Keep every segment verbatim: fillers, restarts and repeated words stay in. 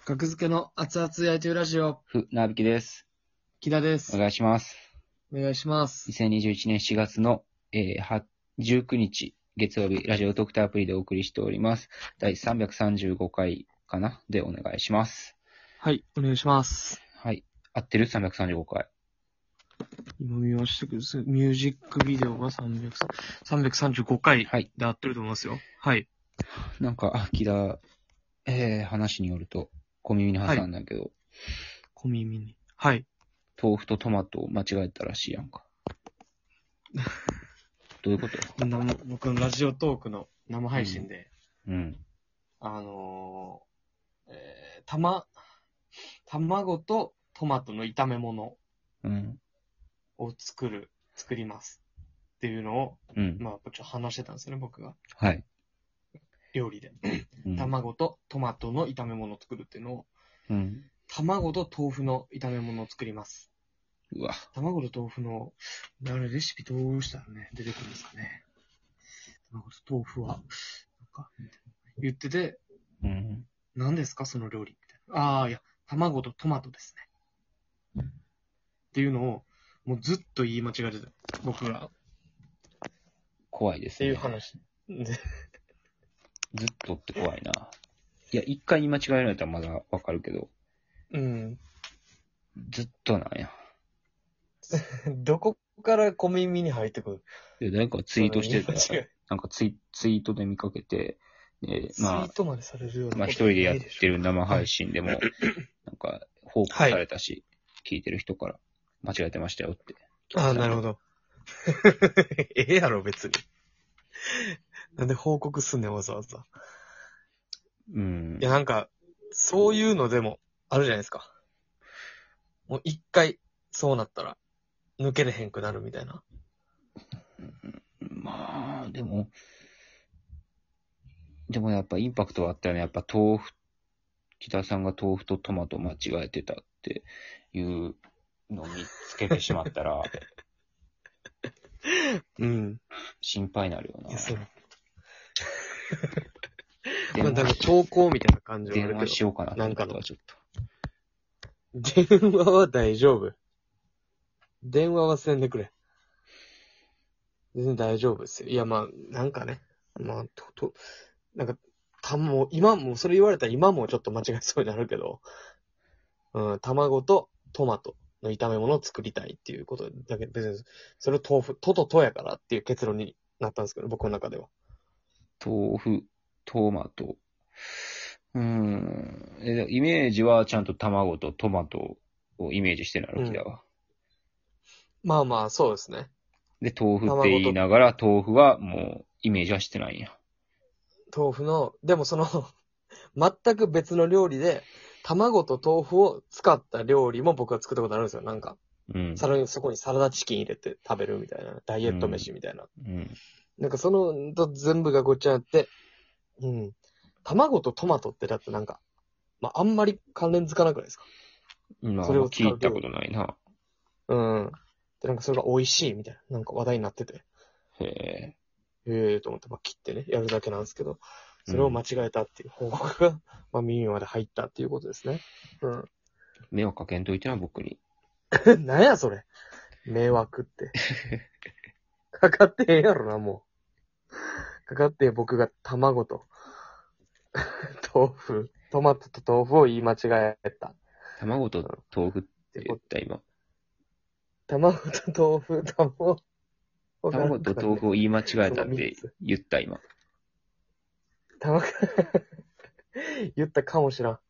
格付けの熱々焼いてるラジオ、 ふ、なびきです。 木田です。 お願いします。 お願いします。 にせんにじゅういちねんしがつの、えー、はじゅうくにち月曜日、ラジオドクターアプリでお送りしております。だいさんびゃくさんじゅうごかいかなでお願いします。 はい、お願いします。 はい。合ってる ?さんびゃくさんじゅうごかい。 今見ましたけど、ミュージックビデオがさんびゃく、さんびゃくさんじゅうごかいはい。 で合ってると思いますよ。はい。 なんか、あ、木田、えー、話によると、小耳に挟んだけど、 小耳に。はい。 豆腐とトマトを間違えたらしいやんか。どういうこと生僕のラジオトークの生配信で、 うん。 あのー、えー、たま、卵とトマトの炒め物うん。 を作る、作りますっていうのを、 うん。 まあ、ちょっと話してたんですよね、僕が。 はい。 料理で。 うん。 卵とトマトの炒め物を作るっていうのを、 うん。 卵と豆腐の炒め物を作ります。 うわ。 卵と豆腐の、あれレシピどうしたらね、出てくるんですかね。卵と豆腐は、なんか、言ってて、 うん。 何ですかその料理みたいな。ああ、いや、卵とトマトですね。っていうのを、もうずっと言い間違えてた。僕が。 怖いですね。 っていう話。でずっとって怖いな。いや、一回に間違えられたらまだわかるけど、 うん。 ずっとなんや。 どこから小耳に入ってくるで、誰かツイートしてたらその言い間違い、 なんかツイツイートで見かけて、で、 ツイまートまでされるようあ、 なことまあ一人でやっないでしょ。 てる生配信でも、なんか報告されたし、聞いてる人から間違えてましたよって。 ああ、なるほど。ええやろ、別に。なんで報告すんねん、わざわざ。 うん。 いや、なんか、そういうのでも、あるじゃないですか。もう一回、そうなったら、抜けれへんくなるみたいな。 まあ、でも、でもやっぱインパクトはあったよね。やっぱ豆腐、北さんが豆腐とトマト間違えてたっていうのを見つけてしまったら、 うん。 心配になるよな。 いや、そう。 電まあ、だから話投稿みたいな感じはあるけど。 電話しようかなと思ったなんかのわ、ちょっと。 電話は大丈夫。電話はせんでくれ。全然大丈夫ですよ。いや、まあ、なんかね。まあ、と、と、なんか、たもう、今も、それ言われたら今もちょっと間違えそうになるけど、うん、卵とトマトの炒め物を作りたいっていうことだけど、別に、それを豆腐、とととやからっていう結論になったんですけど、僕の中では。 豆腐、トマト。うーん。え、イメージはちゃんと卵とトマトをイメージしてないの、 うん。 きだわ。 まあまあ、そうですね。 で、豆腐って卵と言いながら、豆腐はもうイメージはしてないんや。 豆腐の、でもその全く別の料理で、卵と豆腐を使った料理も僕は作ったことあるんですよ。なんか、 うん。 さらにそこにサラダチキン入れて食べるみたいな、ダイエット飯みたいな。 うん。 なんかその、と全部がごっちゃになって、うん。卵とトマトってだってなんか、まあ、あんまり関連づかなくないですか？ まあ、 それをあんま聞いたこ使う料理。 とないな。 うん。で、なんかそれが美味しいみたいな、なんか話題になってて、 へえ。 ええーと思って、まあ、切ってね、やるだけなんですけど、それを間うん。 違えたっていう報告が、まあ、耳まで入ったっていうことですね。うん。 迷惑かけんといてな、僕に。 なんやそれ。迷惑って。かかってへんやろな、もう。かかって僕が卵と、豆腐、トマトと豆腐を言い間違えた。 卵と豆腐って言った今。 卵と豆腐、卵、わから卵とんからね。 豆腐を言い間違えその3 たってつ。 言った今。 卵、言ったかもしらん。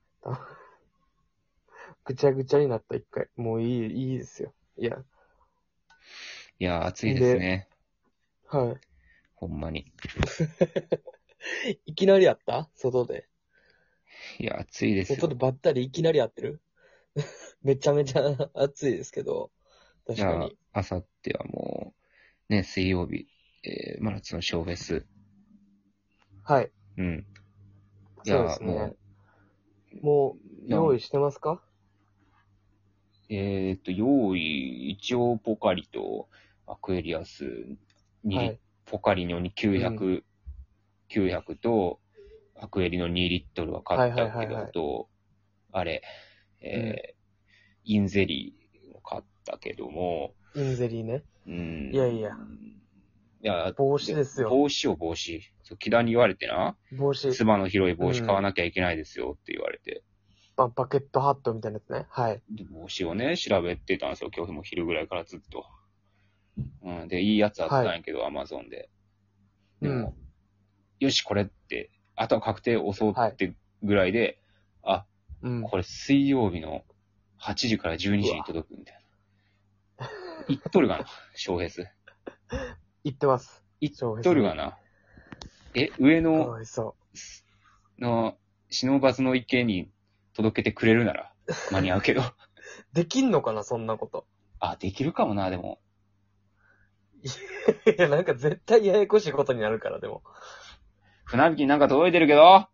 ぐちゃぐちゃになった一回。もういい、いいですよ。いや。 いやー、暑いですで、 ね。 はほんまに。 い。いきなりあった外で。 いや、暑いです外でよ。 ばったりいきなり会ってるめちゃめちゃ暑いですけど。 いやー、 確かに。 あさってはもう、ね、水曜日、えー、真夏のショーフェス。 はい。 うん。いそうでやー、 すね。 ももう、 う、 なん、 用意してますか？ えーっと、用意、一応ポカリとアクエリアスにリ、 はい。 ポカリのにうん。 きゅうひゃく、きゅうひゃくと、アクエリのにリットルは買はいはったけど、 いはいはい。 あと、 あれ、えー、インゼリーを買ったけども、 インゼリーね。 うん。 いやいや。 いや、 帽子ですよ。 帽子を帽子。そう、木田に言われてな。 帽子。 つばの広い帽子買わなきゃいけないですよって言われて。 ババケットハットみたいなやつね。はい。 で帽子をね、調べてたんですよ。今日も昼ぐらいからずっと。うん。で、いいやつあったんやけど、アマゾンで。でも、 うん、 よし、これって、あとは確定押そうってぐらいで、はい、あ、うん、これ水曜日のはちじからじゅうにじに届くみたいな。言っとるがな、小平ス。 言ってます。 言っとるがな。え、上の、の、忍ばずの池に届けてくれるなら間に合うけど。 できんのかな、そんなこと。 あ、できるかもな、でも。 いや、なんか絶対ややこしいことになるから、でも。 船引きなんか届いてるけど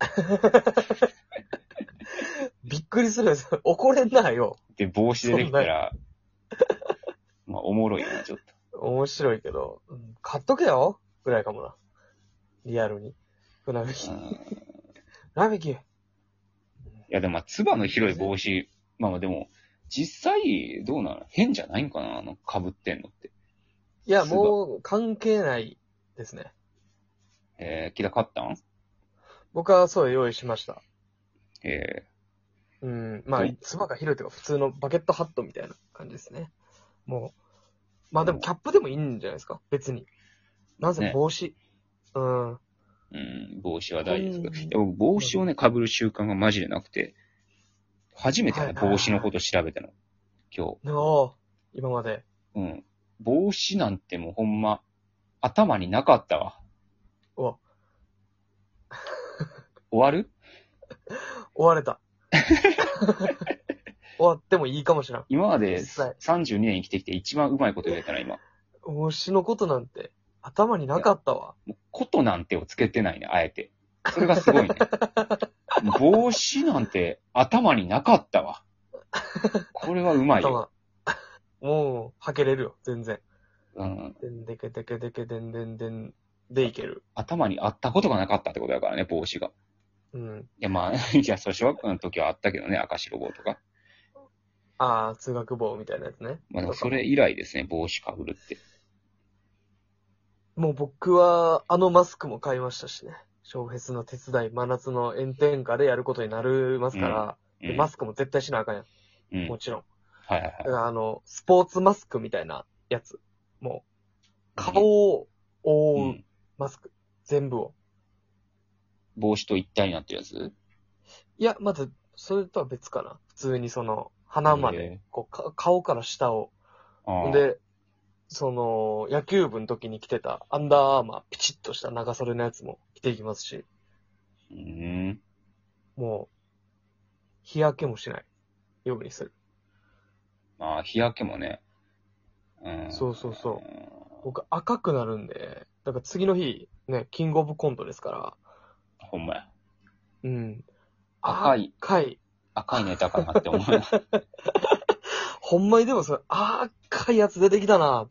びっくりするんですよ。怒れんなよ。 で、帽子でできたら、まあ、おもろいよな、ちょっと。 面白いけど、うん、買っとけよぐらいかもな。リアルに。船引き。船引き。いや、でもまあ、つばの広い帽子、まあまあでも、実際、どうなの変じゃないんかなあの、被ってんのって。 いや、もう、関係ないですね。 えー、木田買ったん？ 僕はそう用意しました。 えー、うん、まあ、つばが広いというか、普通のバケットハットみたいな感じですね。もう、まあでもキャップでもいいんじゃないですか別に。なぜ帽子、ね、うん。 うん、帽子は大事ですけど。帽子をね、被る習慣がマジでなくて、初めてね、帽子のこと調べたの。今日。 おー、今まで。 うん。帽子なんてもうほんま、頭になかったわ。 お終わる終われた。終わってもいいかもしれん。 今までさんじゅうにねん生きてきて一番うまいこと言えたな、今。 帽子のことなんて頭になかったわ。 もうことなんてをつけてないね、あえて。それがすごいね。帽子なんて頭になかったわ。これはうまいよ。 もう、履けれるよ、全然。 うん。 でんでけでけでけでんでんでんでいける。 頭にあったことがなかったってことだからね、帽子が。 うん。 いや、まあ、いや、そう、小学校の時はあったけどね、赤白帽とか。 ああ、通学帽みたいなやつね。 まあ、それ以来ですね、帽子かぶるって。 もう僕は、あのマスクも買いましたしね。小フェスの手伝い、真夏の炎天下でやることになりますから、うん、でマスクも絶対しなあかんやん。うん、もちろん。 はいはいはい。 だからあの、スポーツマスクみたいなやつ。もう、顔を覆うマスク。うん、全部を。 帽子と一体になってるやつ？ いや、まず、それとは別かな。普通にその、鼻まで、こうか、顔から下を。で、その、野球部の時に着てたアンダーアーマー、ピチッとした長袖のやつも着ていきますし。 うん。 もう、日焼けもしないようにする。 まあ、日焼けもね。 うん、そうそうそう。僕赤くなるんで、だから次の日、ね、キングオブコントですから。 ほんまや。 うん。 赤い。 赤い。 赤いネタかなって思うな。 ほんまにでもそれ、赤いやつ出てきたなって。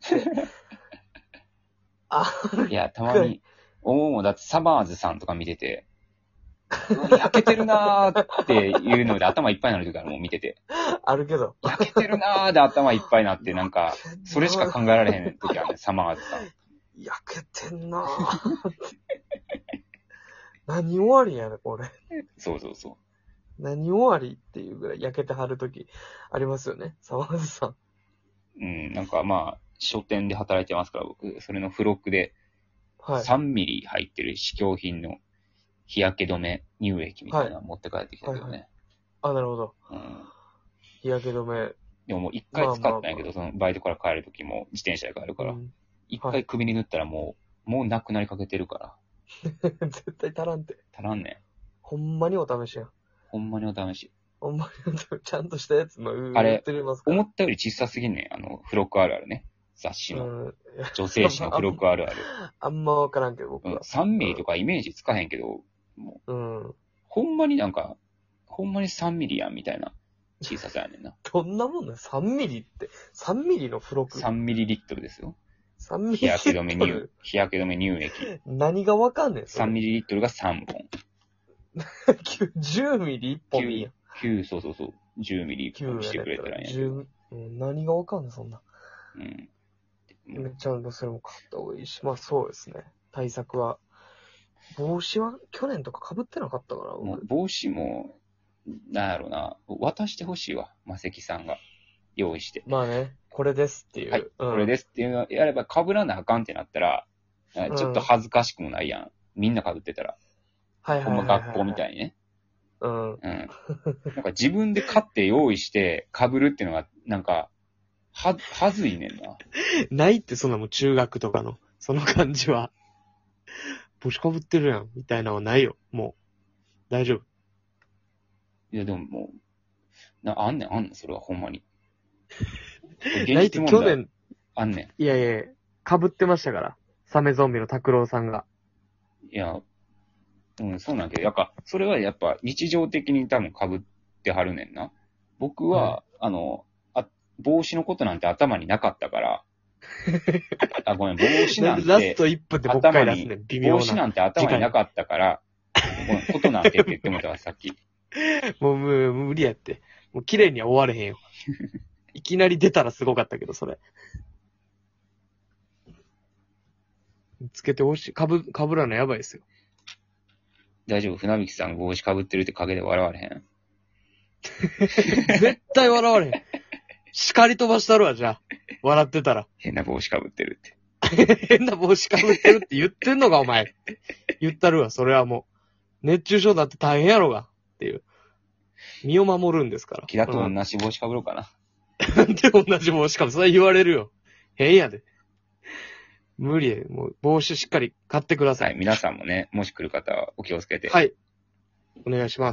あいや、たまに、思うもんだってサマーズさんとか見てて、焼けてるなーっていうので頭いっぱいになる時からもう見てて。 あるけど。 焼けてるなーで頭いっぱいになって、なんか、それしか考えられへん時あるね、サマーズさん。 焼けてんなーって。何終わりやね、これ。 そうそうそう。 何終わりっていうぐらい焼けてはる時ありますよね、サマーズさん。 うん、なんかまあ、書店で働いてますから、僕、それの付録で、さんミリ入ってる試供品の日焼け止め乳液みたいなの持って帰ってきたけどね。はいはいはい、 あ、なるほど。 うん。 日焼け止め。 でももう一回使ったんやけど、まあまあまあ、そのバイトから帰る時も自転車で帰るから、一、うん、回首に塗ったらもう、もうなくなりかけてるから。 絶対足らんて。 足らんねん。 ほんまにお試しやん。 ほんまにお試し。 ほんまにちゃんとしたやつも売ってますから。あれ、思ったより小さすぎんねん。あの、付録あるあるね。雑誌の。女性誌の付録あるある。 あんまわからんけど、僕は。 うん、さんミリとかイメージつかへんけど、もう、うん、ほんまになんか、ほんまにさんミリやんみたいな小ささやねんな。 どんなもんだよ、さんミリって。さんミリの付録。 さんミリリットルですよ。 さんミリ日焼け止め乳、日焼け止め乳液。 何がわかんねん、 さんミリリットルがさんぼん。 じゅうミリいっぽんいいやん。 きゅう、そうそうそう。じゅうミリしてくれたらいいんやけど。 じゅう、うん、何がわかんのそんな。 うん。 めっちゃんとそれも買った方がいいし。まあそうですね。対策は。帽子は去年とか被ってなかったから、 もう帽子も、なんやろな、渡してほしいわ。マセキさんが。用意して。 まあね、これですっていう。 はい、うん、これですっていうのをやれば被らなあかんってなったら、ちょっと恥ずかしくもないやん。みんな被ってたら。 はいはいはい、はい。 ほんま学校みたいにね。 うん。うん。 なんか自分で買って用意して被るっていうのが、なんか、は、はずいねんな。 ないってそんなもん中学とかの、その感じは。帽子被ってるやん、みたいなのはないよ。もう。大丈夫。 いやでももう、な、あんねん、あんねん、それはほんまに。 ないって去年、 あんねん。いやいや、被ってましたから。サメゾンビの拓郎さんが。 いや、うん、そうなんけど、やっぱ、それはやっぱ日常的に多分被ってはるねんな。僕は、はい、あの、あ、帽子のことなんて頭になかったから、あ、ごめん、帽子なんて、 ラストいっぷんでもう一回出すねん、微妙な。 帽子なんて頭になかったから、ごめん、ことなんてって言ってもらったわ、さっき。 もう、もう、無理やって。もう綺麗には終われへんよ。いきなり出たらすごかったけど、それ。つけてほしい。かぶ、かぶらのやばいですよ。 大丈夫、船引さん帽子かぶってるって陰で笑われへん。 絶対笑われへん。叱り飛ばしたるわ、じゃあ。笑ってたら。 変な帽子かぶってるって。 変な帽子かぶってるって言ってんのか、お前。言ったるわ、それはもう。熱中症だって大変やろが。っていう。身を守るんですから。 キラと同じ帽子かぶろうかな。 なんで同じ帽子かぶそれ言われるよ。変やで。無理や。もう帽子しっかり買ってください。 はい、皆さんもね、もし来る方はお気をつけて。 はい。お願いします。